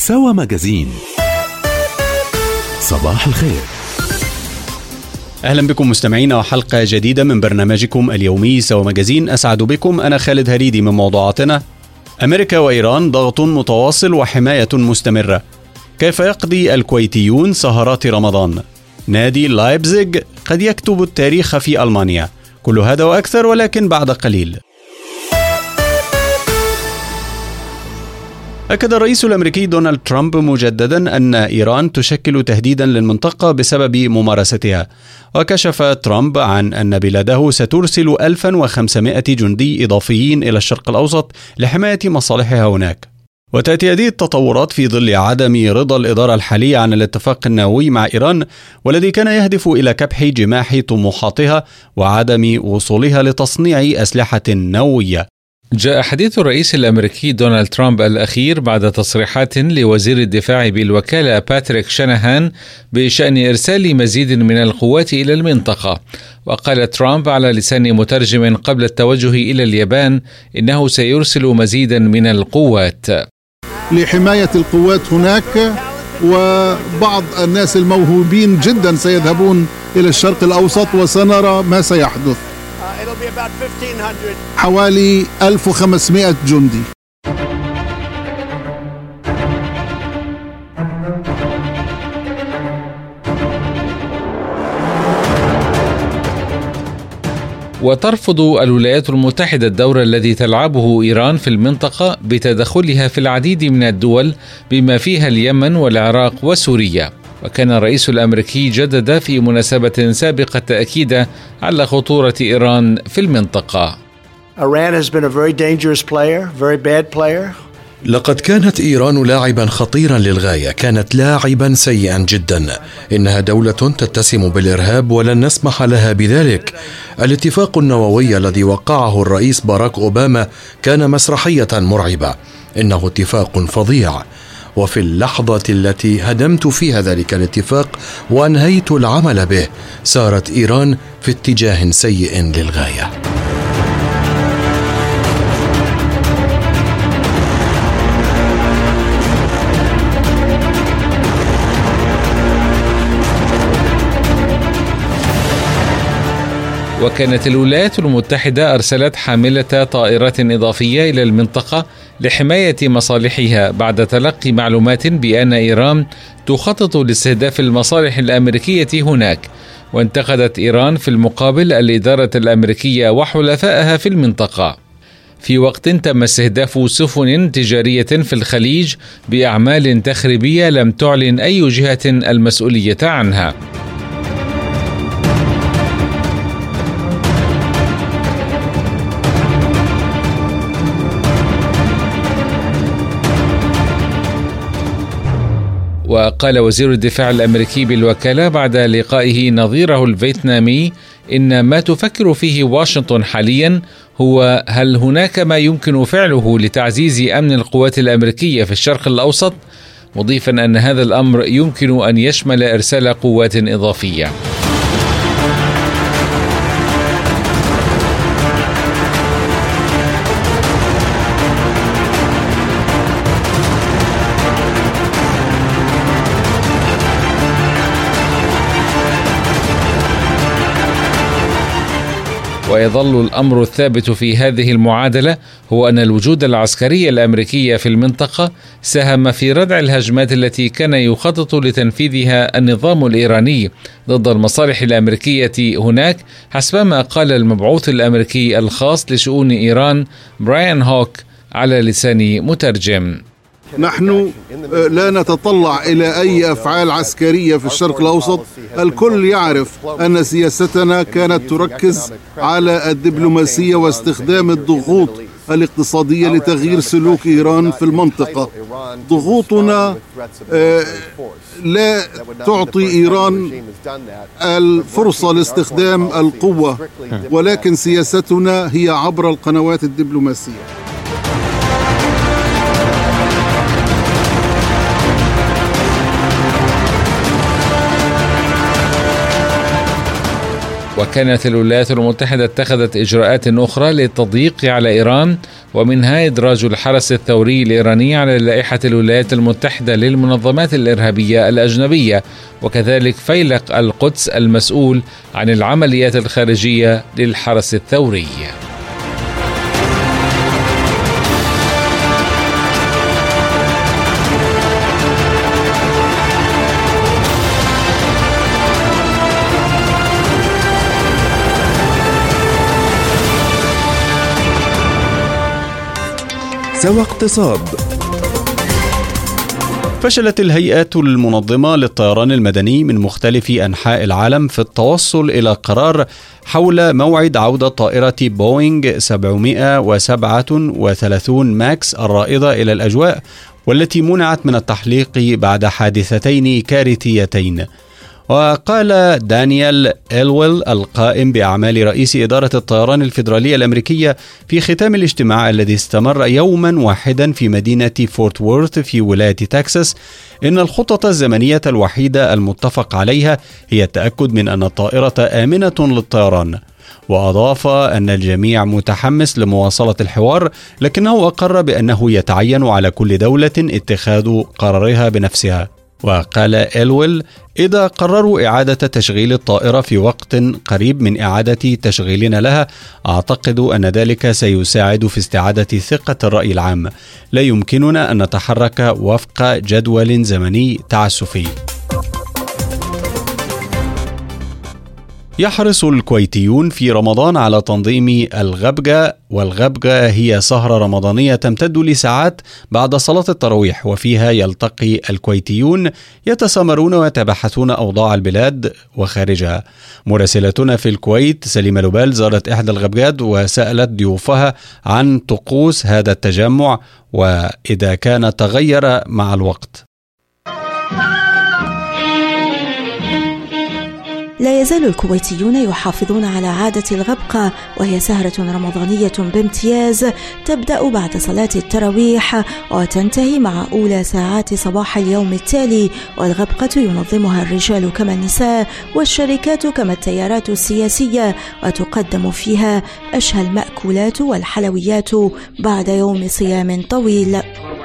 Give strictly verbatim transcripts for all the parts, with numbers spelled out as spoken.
سوا ماجازين. صباح الخير. أهلا بكم مستمعينا وحلقة جديدة من برنامجكم اليومي سوا ماجازين. أسعد بكم، أنا خالد هريدي. من موضوعاتنا: أمريكا وإيران ضغط متواصل وحماية مستمرة. كيف يقضي الكويتيون سهرات رمضان؟ نادي لايبزيغ قد يكتب التاريخ في ألمانيا. كل هذا وأكثر ولكن بعد قليل. أكد الرئيس الأمريكي دونالد ترامب مجددا أن إيران تشكل تهديدا للمنطقة بسبب ممارستها، وكشف ترامب عن أن بلاده سترسل ألف وخمسمائة جندي إضافيين إلى الشرق الأوسط لحماية مصالحها هناك. وتأتي هذه التطورات في ظل عدم رضا الإدارة الحالية عن الاتفاق النووي مع إيران، والذي كان يهدف إلى كبح جماح طموحاتها وعدم وصولها لتصنيع أسلحة نووية. جاء حديث الرئيس الأمريكي دونالد ترامب الأخير بعد تصريحات لوزير الدفاع بالوكالة باتريك شانهان بشأن إرسال مزيد من القوات إلى المنطقة. وقال ترامب على لسان مترجم قبل التوجه إلى اليابان إنه سيرسل مزيدا من القوات لحماية القوات هناك، وبعض الناس الموهوبين جدا سيذهبون إلى الشرق الأوسط وسنرى ما سيحدث. حوالي ألف وخمسمائة جندي. وترفض الولايات المتحدة الدور الذي تلعبه إيران في المنطقة بتدخلها في العديد من الدول بما فيها اليمن والعراق وسوريا. وكان الرئيس الأمريكي جدد في مناسبة سابقة تأكيد على خطورة إيران في المنطقة. لقد كانت إيران لاعبا خطيرا للغاية، كانت لاعبا سيئا جدا. إنها دولة تتسم بالإرهاب ولن نسمح لها بذلك. الاتفاق النووي الذي وقعه الرئيس باراك أوباما كان مسرحية مرعبة، إنه اتفاق فظيع. وفي اللحظة التي هدمت فيها ذلك الاتفاق وأنهيت العمل به، سارت إيران في اتجاه سيء للغاية. وكانت الولايات المتحدة أرسلت حاملة طائرات إضافية إلى المنطقة لحماية مصالحها بعد تلقي معلومات بأن إيران تخطط لاستهداف المصالح الأمريكية هناك. وانتقدت إيران في المقابل الإدارة الأمريكية وحلفائها في المنطقة، في وقت تم استهداف سفن تجارية في الخليج بأعمال تخريبية لم تعلن أي جهة المسؤولية عنها. وقال وزير الدفاع الأمريكي بالوكالة بعد لقائه نظيره الفيتنامي إن ما تفكر فيه واشنطن حاليا هو هل هناك ما يمكن فعله لتعزيز أمن القوات الأمريكية في الشرق الأوسط، مضيفا أن هذا الأمر يمكن أن يشمل إرسال قوات إضافية. ويظل الأمر الثابت في هذه المعادلة هو أن الوجود العسكري الأمريكي في المنطقة ساهم في ردع الهجمات التي كان يخطط لتنفيذها النظام الإيراني ضد المصالح الأمريكية هناك، حسبما قال المبعوث الأمريكي الخاص لشؤون إيران براين هوك على لسان مترجم. نحن لا نتطلع إلى أي أفعال عسكرية في الشرق الأوسط. الكل يعرف أن سياستنا كانت تركز على الدبلوماسية واستخدام الضغوط الاقتصادية لتغيير سلوك إيران في المنطقة. ضغوطنا لا تعطي إيران الفرصة لاستخدام القوة، ولكن سياستنا هي عبر القنوات الدبلوماسية. كانت الولايات المتحدة اتخذت إجراءات أخرى للتضييق على إيران، ومنها إدراج الحرس الثوري الإيراني على لائحة الولايات المتحدة للمنظمات الإرهابية الأجنبية، وكذلك فيلق القدس المسؤول عن العمليات الخارجية للحرس الثوري. سوى اقتصاد. فشلت الهيئات المنظمة للطيران المدني من مختلف أنحاء العالم في التوصل إلى قرار حول موعد عودة طائرة بوينغ سبعمائة وسبعة وثلاثين ماكس الرائدة إلى الأجواء، والتي منعت من التحليق بعد حادثتين كارثيتين. وقال دانيال إلويل القائم بأعمال رئيس إدارة الطيران الفيدرالية الأمريكية في ختام الاجتماع الذي استمر يوما واحدا في مدينة فورت وورث في ولاية تكساس إن الخطة الزمنية الوحيدة المتفق عليها هي التأكد من أن الطائرة آمنة للطيران. وأضاف أن الجميع متحمس لمواصلة الحوار، لكنه أقر بأنه يتعين على كل دولة اتخاذ قرارها بنفسها. وقال إلويل: إذا قرروا إعادة تشغيل الطائرة في وقت قريب من إعادة تشغيلنا لها، أعتقد أن ذلك سيساعد في استعادة ثقة الرأي العام. لا يمكننا أن نتحرك وفق جدول زمني تعسفي. يحرص الكويتيون في رمضان على تنظيم الغبغة، والغبغة هي سهرة رمضانية تمتد لساعات بعد صلاة التراويح، وفيها يلتقي الكويتيون يتسامرون ويتبحثون أوضاع البلاد وخارجها. مراسلتنا في الكويت سليمة لوبال زارت إحدى الغبغات وسألت ضيوفها عن طقوس هذا التجمع وإذا كان تغير مع الوقت. لا يزال الكويتيون يحافظون على عادة الغبقة، وهي سهرة رمضانية بامتياز تبدأ بعد صلاة التراويح وتنتهي مع أولى ساعات صباح اليوم التالي. والغبقة ينظمها الرجال كما النساء، والشركات كما التيارات السياسية، وتقدم فيها أشهى المأكولات والحلويات بعد يوم صيام طويل.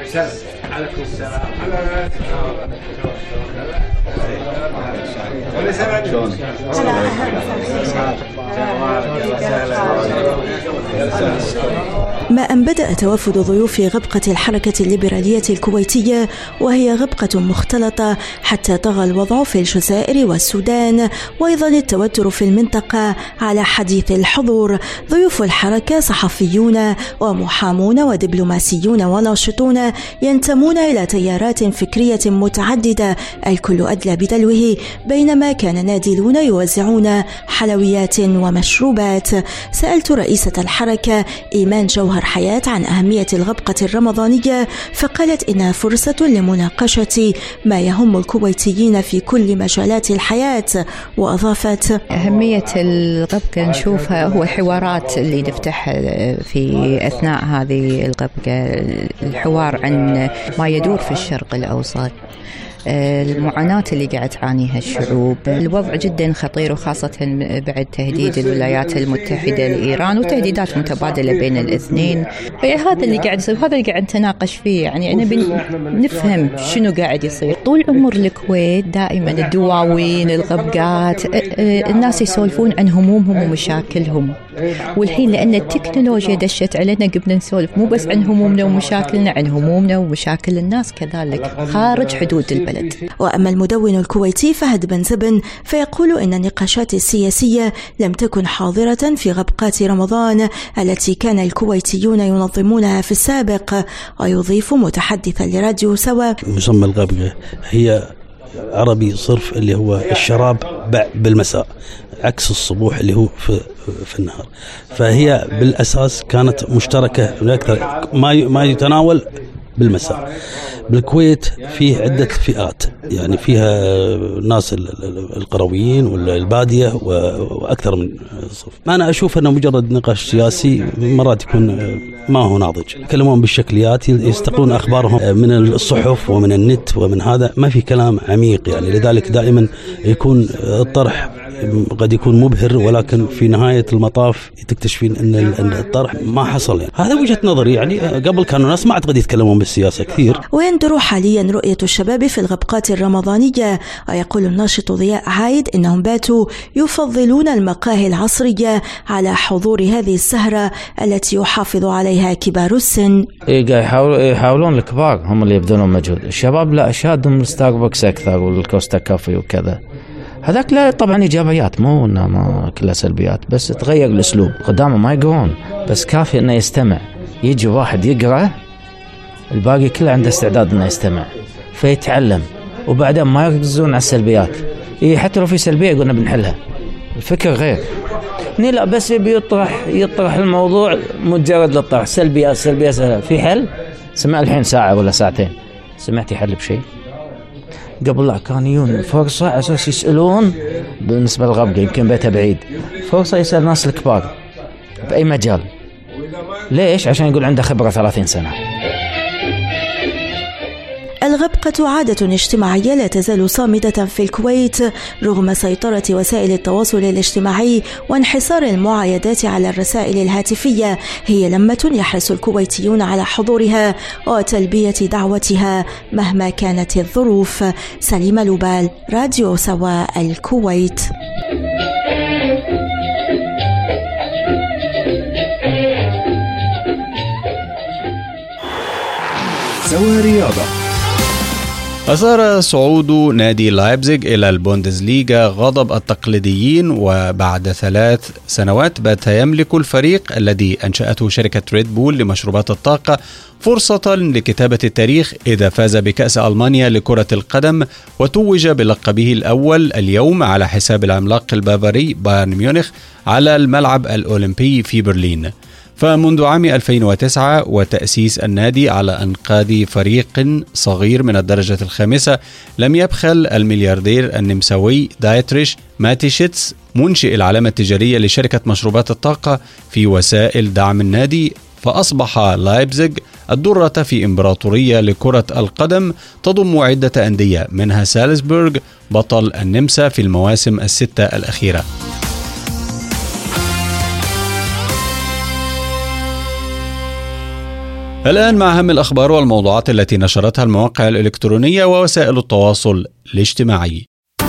ما أن بدأ توافد ضيوف غبقة الحركة الليبرالية الكويتية، وهي غبقة مختلطة حتى طغى الوضع في الجزائر والسودان، وأيضا التوتر في المنطقة على حديث الحضور. ضيوف الحركة صحفيون ومحامون ودبلوماسيون وناشطون ينتمون إلى تيارات فكرية متعددة، الكل أدلى بدلوه، بينما كان نادلون يوزعون حلويات ومشروبات. سألت رئيسة الحركة إيمان جوهر حياة عن أهمية الغبقة الرمضانية، فقالت إنها فرصة لمناقشة ما يهم الكويتيين في كل مجالات الحياة. وأضافت: أهمية الغبقة نشوفها هو حوارات اللي نفتح في أثناء هذه الغبقة، الحوار عن ما يدور في الشرق الأوسط، المعاناة اللي قاعد تعانيها الشعوب. الوضع جدا خطير، وخاصة بعد تهديد الولايات المتحدة لإيران وتهديدات متبادلة بين الاثنين. هذا اللي قاعد يصير، هذا اللي قاعد نتناقش فيه. يعني أنا بنفهم شنو قاعد يصير. طول عمر الكويت دائما الدواوين، الغبقات، الناس يسولفون عن همومهم ومشاكلهم، والحين لأن التكنولوجيا دشت علينا قبل نسولف مو بس عن همومنا ومشاكلنا، عن همومنا ومشاكل الناس كذلك خارج حدود البلد. وأما المدون الكويتي فهد بن زبن فيقول إن النقاشات السياسية لم تكن حاضرة في غبقات رمضان التي كان الكويتيون ينظمونها في السابق. ويضيف متحدثا لراديو سوا: مسمى الغبقة هي عربي صرف اللي هو الشراب بالمساء، عكس الصبوح اللي هو في في النهار. فهي بالأساس كانت مشتركة أكثر، ما ما يتناول بالمساء. بالكويت فيه عدة فئات، يعني فيها الناس القرويين والبادية وأكثر من صف. أنا أشوف أنه مجرد نقاش سياسي، مرات يكون ما هو ناضج. يتكلمون بالشكليات، يستقون أخبارهم من الصحف ومن النت ومن هذا، ما في كلام عميق يعني. لذلك دائما يكون الطرح قد يكون مبهر، ولكن في نهاية المطاف تكتشفين أن الطرح ما حصل يعني. هذا وجهة نظري يعني. قبل كانوا ناس ما أعتقد يتكلمون بالسياسة كثير. ويندر حاليا رؤية الشباب في الغبقات الرمضانية، ويقول الناشط ضياء عايد إنهم باتوا يفضلون المقاهي العصرية على حضور هذه السهرة التي يحافظ عليها كبار السن. يحاولون الكبار هم اللي يبذلون مجهود، الشباب لا، شادهم الستاربكس أكثر والكوستا كافي وكذا. هذاك لا طبعا إيجابيات، مو إنه ما كلها سلبيات، بس تغير الأسلوب. قدامه ما يقرون، بس كافي إنه يستمع. يجي واحد يقرأ، الباقي كله عنده استعداد إنه يستمع فيتعلم، وبعدين ما يركزون على السلبيات. إيه حتى لو في سلبية يقولنا بنحلها. الفكر غير. ني لا بس يبي يطرح يطرح الموضوع مجرد للطرح، سلبيات سلبيات سلبيات. في حل؟ سمع الحين ساعة ولا ساعتين، سمعتي حل بشيء؟ قبل لا كان يجون فرصة على أساس يسألون. بالنسبة للغبقة يمكن بيتها بعيد، فرصة يسأل الناس الكبار بأي مجال. ليش؟ عشان يقول عنده خبرة ثلاثين سنة. الغبقة عادة اجتماعية لا تزال صامدة في الكويت رغم سيطرة وسائل التواصل الاجتماعي وانحصار المعايدات على الرسائل الهاتفية. هي لمة يحرص الكويتيون على حضورها وتلبية دعوتها مهما كانت الظروف. سليمة لوبال، راديو سوا، الكويت. سوا رياضة. أثار صعود نادي لايبزيغ إلى البوندسليغا غضب التقليديين، وبعد ثلاث سنوات بات يملك الفريق الذي أنشأته شركة ريد بول لمشروبات الطاقة فرصة لكتابة التاريخ إذا فاز بكأس ألمانيا لكرة القدم وتوج بلقبه الأول اليوم على حساب العملاق البافاري بايرن ميونخ على الملعب الأولمبي في برلين. فمنذ عام ألفين وتسعة وتأسيس النادي على أنقاض فريق صغير من الدرجة الخامسة لم يبخل الملياردير النمساوي دايتريش ماتيشيتس منشئ العلامة التجارية لشركة مشروبات الطاقة في وسائل دعم النادي، فأصبح لايبزيغ الدرة في إمبراطورية لكرة القدم تضم عدة أندية منها سالزبورغ بطل النمسا في المواسم الستة الأخيرة. الآن مع أهم الأخبار والموضوعات التي نشرتها المواقع الإلكترونية ووسائل التواصل الاجتماعي.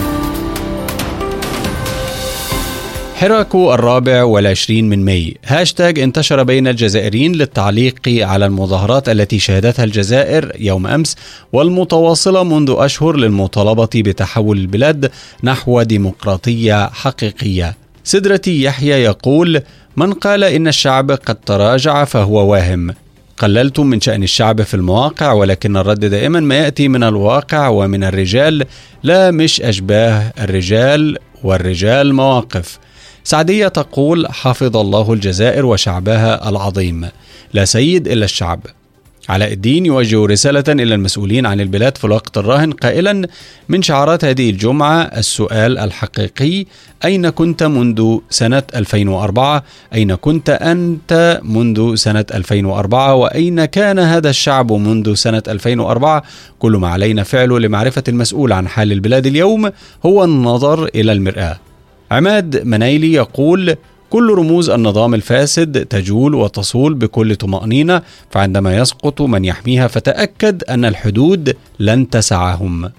حراك الرابع والعشرين من ماي، هاشتاج انتشر بين الجزائريين للتعليق على المظاهرات التي شهدتها الجزائر يوم أمس والمتواصلة منذ أشهر للمطالبة بتحول البلاد نحو ديمقراطية حقيقية. سدرتي يحيى يقول: من قال إن الشعب قد تراجع فهو واهم. قللتم من شأن الشعب في المواقع، ولكن الرد دائما ما يأتي من الواقع ومن الرجال، لا مش أشباه الرجال والرجال مواقف. سعدية تقول: حفظ الله الجزائر وشعبها العظيم، لا سيد إلا الشعب. علاء الدين يوجه رسالة إلى المسؤولين عن البلاد في الوقت الراهن قائلا: من شعارات هذه الجمعة السؤال الحقيقي: أين كنت منذ سنة ألفين وأربعة؟ أين كنت أنت منذ سنة ألفين وأربعة؟ وأين كان هذا الشعب منذ سنة ألفين وأربعة؟ كل ما علينا فعله لمعرفة المسؤول عن حال البلاد اليوم هو النظر إلى المرآة. عماد منايلي يقول: كل رموز النظام الفاسد تجول وتصول بكل طمأنينة، فعندما يسقط من يحميها فتأكد أن الحدود لن تسعهم.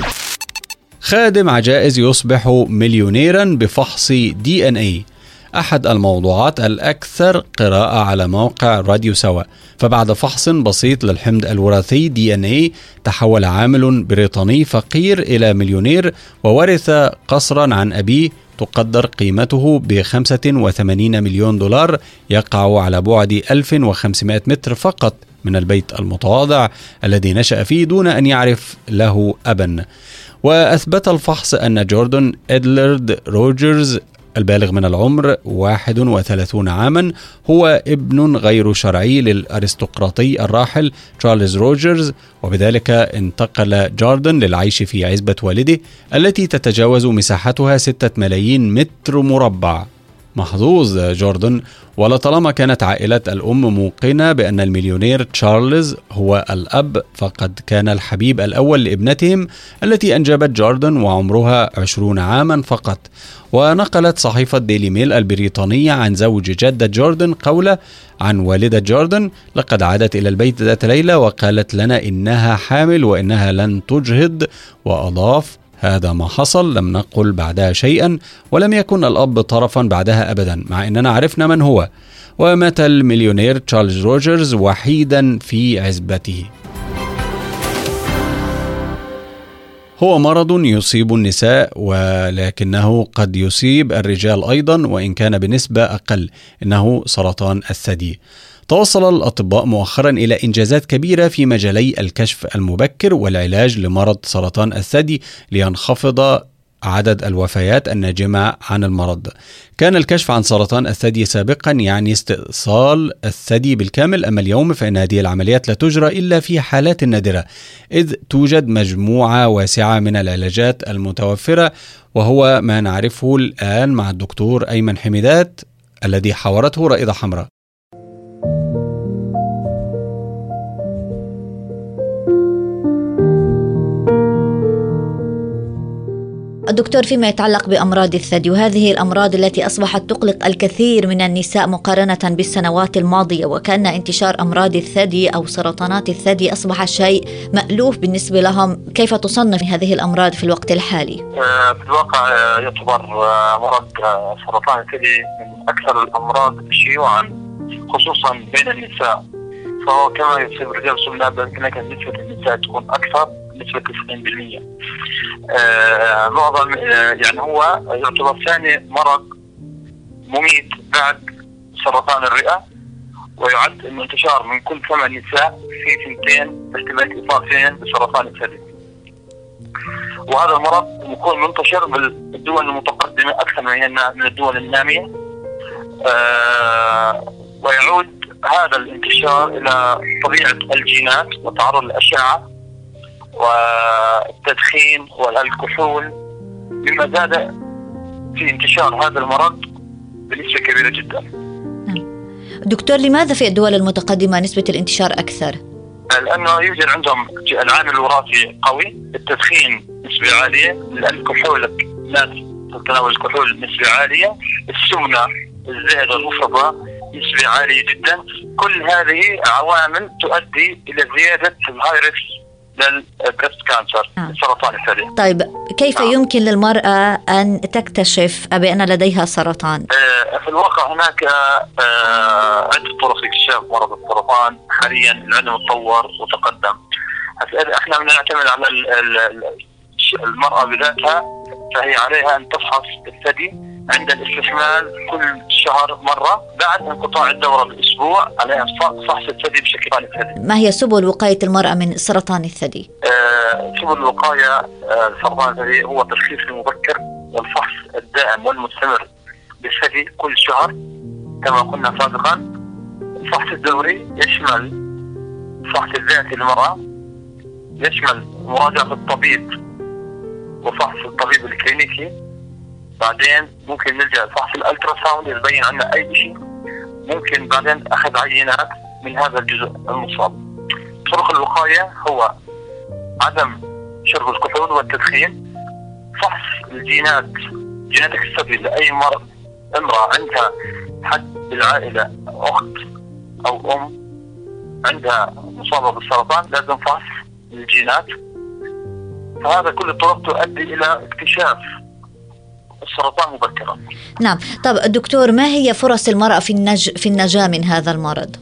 خادم عجائز يصبح مليونيرا بفحص دي إن إيه، أحد الموضوعات الأكثر قراءة على موقع راديو سوا. فبعد فحص بسيط للحمض الوراثي دي إن إيه تحول عامل بريطاني فقير إلى مليونير وورث قصرا عن أبيه تقدر قيمته ب خمسة وثمانين مليون دولار يقع على بعد ألف وخمسمائة متر فقط من البيت المتواضع الذي نشأ فيه دون أن يعرف له أبا. وأثبت الفحص أن جوردن إدلارد روجرز البالغ من العمر واحد وثلاثين عاما هو ابن غير شرعي للأرستقراطي الراحل تشارلز روجرز، وبذلك انتقل جوردن للعيش في عزبة والده التي تتجاوز مساحتها ستة ملايين متر مربع. محظوظ جوردن، ولطالما كانت عائلة الأم موقنة بأن المليونير تشارلز هو الأب، فقد كان الحبيب الأول لابنتهم التي أنجبت جوردن وعمرها عشرون عاما فقط. ونقلت صحيفة ديلي ميل البريطانية عن زوج جدة جوردن قولة عن والدة جوردن: لقد عادت إلى البيت ذات ليلة وقالت لنا إنها حامل وإنها لن تجهض. وأضاف: هذا ما حصل، لم نقل بعدها شيئا، ولم يكن الأب طرفا بعدها أبدا، مع أننا عرفنا من هو. ومات المليونير تشارلز روجرز وحيدا في عزبته. هو مرض يصيب النساء ولكنه قد يصيب الرجال أيضا، وإن كان بنسبة أقل، إنه سرطان الثدي. توصل الأطباء مؤخرا إلى إنجازات كبيرة في مجالي الكشف المبكر والعلاج لمرض سرطان الثدي لينخفض عدد الوفيات الناجمة عن المرض. كان الكشف عن سرطان الثدي سابقا يعني استئصال الثدي بالكامل، أما اليوم فإن هذه العمليات لا تجرى إلا في حالات نادرة، إذ توجد مجموعة واسعة من العلاجات المتوفرة، وهو ما نعرفه الآن مع الدكتور أيمن حميدات الذي حاورته رائدة حمراء. الدكتور، فيما يتعلق بأمراض الثدي، وهذه الأمراض التي أصبحت تقلق الكثير من النساء مقارنة بالسنوات الماضية، وكان انتشار أمراض الثدي أو سرطانات الثدي أصبح شيء مألوف بالنسبة لهم، كيف تصنف هذه الأمراض في الوقت الحالي؟ في الواقع يعتبر مرض سرطان الثدي من أكثر الأمراض شيوعا خصوصا بين النساء، فهو كما يصيب الرجال والسمنة، لكن نسبة النساء تكون أكثر، نسبة تسعين بالمئة. آه معظم آه يعني هو يعتبر ثاني مرض مميت بعد سرطان الرئة، ويعد أن انتشار من كل ثمان نساء في ثنتين احتمال إصابتين بسرطان الثدي. وهذا المرض يكون منتشر بالدول المتقدمة أكثر من الدول النامية، آه ويعود هذا الانتشار إلى طبيعة الجينات وتعرض للأشعة والتدخين والكحول، مما زاد في انتشار هذا المرض بنسبة كبيرة جدا. دكتور، لماذا في الدول المتقدمة نسبة الانتشار أكثر؟ لأنه يوجد عندهم العامل الوراثي قوي، التدخين نسبة عالية، الكحول ناس تتناول الكحول نسبة عالية، السمنة الزائد والمفرطة نسبة عالية جدا. كل هذه عوامل تؤدي إلى زيادة الهاي ريسك للبريست كانسر، سرطان الثدي. طيب، كيف آه. يمكن للمرأة أن تكتشف بأن لديها سرطان؟ آه في الواقع هناك آه عدة طرق لاكتشاف مرض السرطان حاليا، العلم تطور وتقدم. احنا بنعتمد على المرأة بذاتها، فهي عليها أن تفحص الثدي عند الاستحمال كل شهر مرة، بعد انقطاع الدورة بأسبوع عليها فحص الثدي بشكل ثاني. ما هي سبل وقاية المرأة من سرطان الثدي؟ آه سبل الوقاية آه سرطان الثدي هو التشخيص المبكر والفحص الدائم والمستمر بالثدي كل شهر كما قلنا سابقا. الفحص الدوري يشمل الفحص الذاتي للمرأة، يشمل مراجعة الطبيب وفحص الطبيب الكلينيكي، بعدين ممكن نلجأ لفحص الالتراساوند يبين عنا اي شيء، ممكن بعدين اخذ عينات من هذا الجزء المصاب. طرق الوقاية هو عدم شرب الكحول والتدخين، فحص الجينات، جيناتك الثدي لأي مرض، امرأة عندها حد بالعائلة أخت أو أم عندها مصابة بالسرطان لازم فحص الجينات. فهذا كل الطرق تؤدي إلى اكتشاف السرطان مبكرا. نعم. طب دكتور، ما هي فرص المرأة في النج في النجاة من هذا المرض؟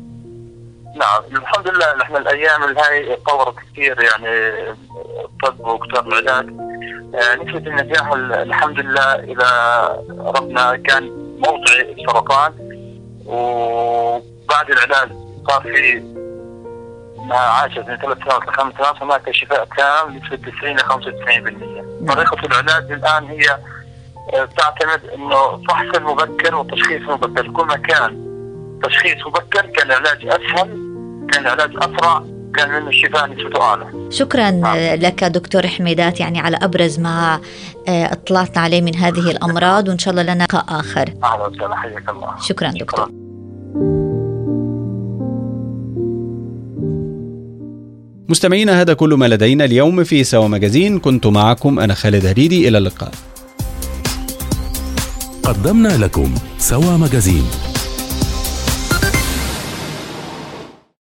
نعم، الحمد لله نحن الأيام هاي تطورت كثير، يعني الطب وكتاب العلاج. نسبة النجاح الحمد لله إلى ربنا كان موضعي السرطان، وبعد العلاج صار في ما عاشت من ثلاث سنوات لخمس سنوات هناك شفاء تام نسبة تسعين إلى خمسة وتسعين بالمئة. طريقة العلاج الآن هي تعتمد إنه فحص المبكر والتشخيص المبكر. كل ما كان تشخيص مبكر كان العلاج أسهل، كان العلاج أسرع، كان من الشفاء نسبته أعلى. شكرا لك دكتور حميدات يعني على أبرز ما اطلعتنا عليه من هذه الأمراض، وإن شاء الله لنا لقاء آخر. أهلا وسهلا، حياك الله. شكرا دكتور. مستمعينا، هذا كل ما لدينا اليوم في سوا ماجازين. كنت معكم أنا خالد هريدي، إلى اللقاء. قدمنا لكم سوا ماجازين.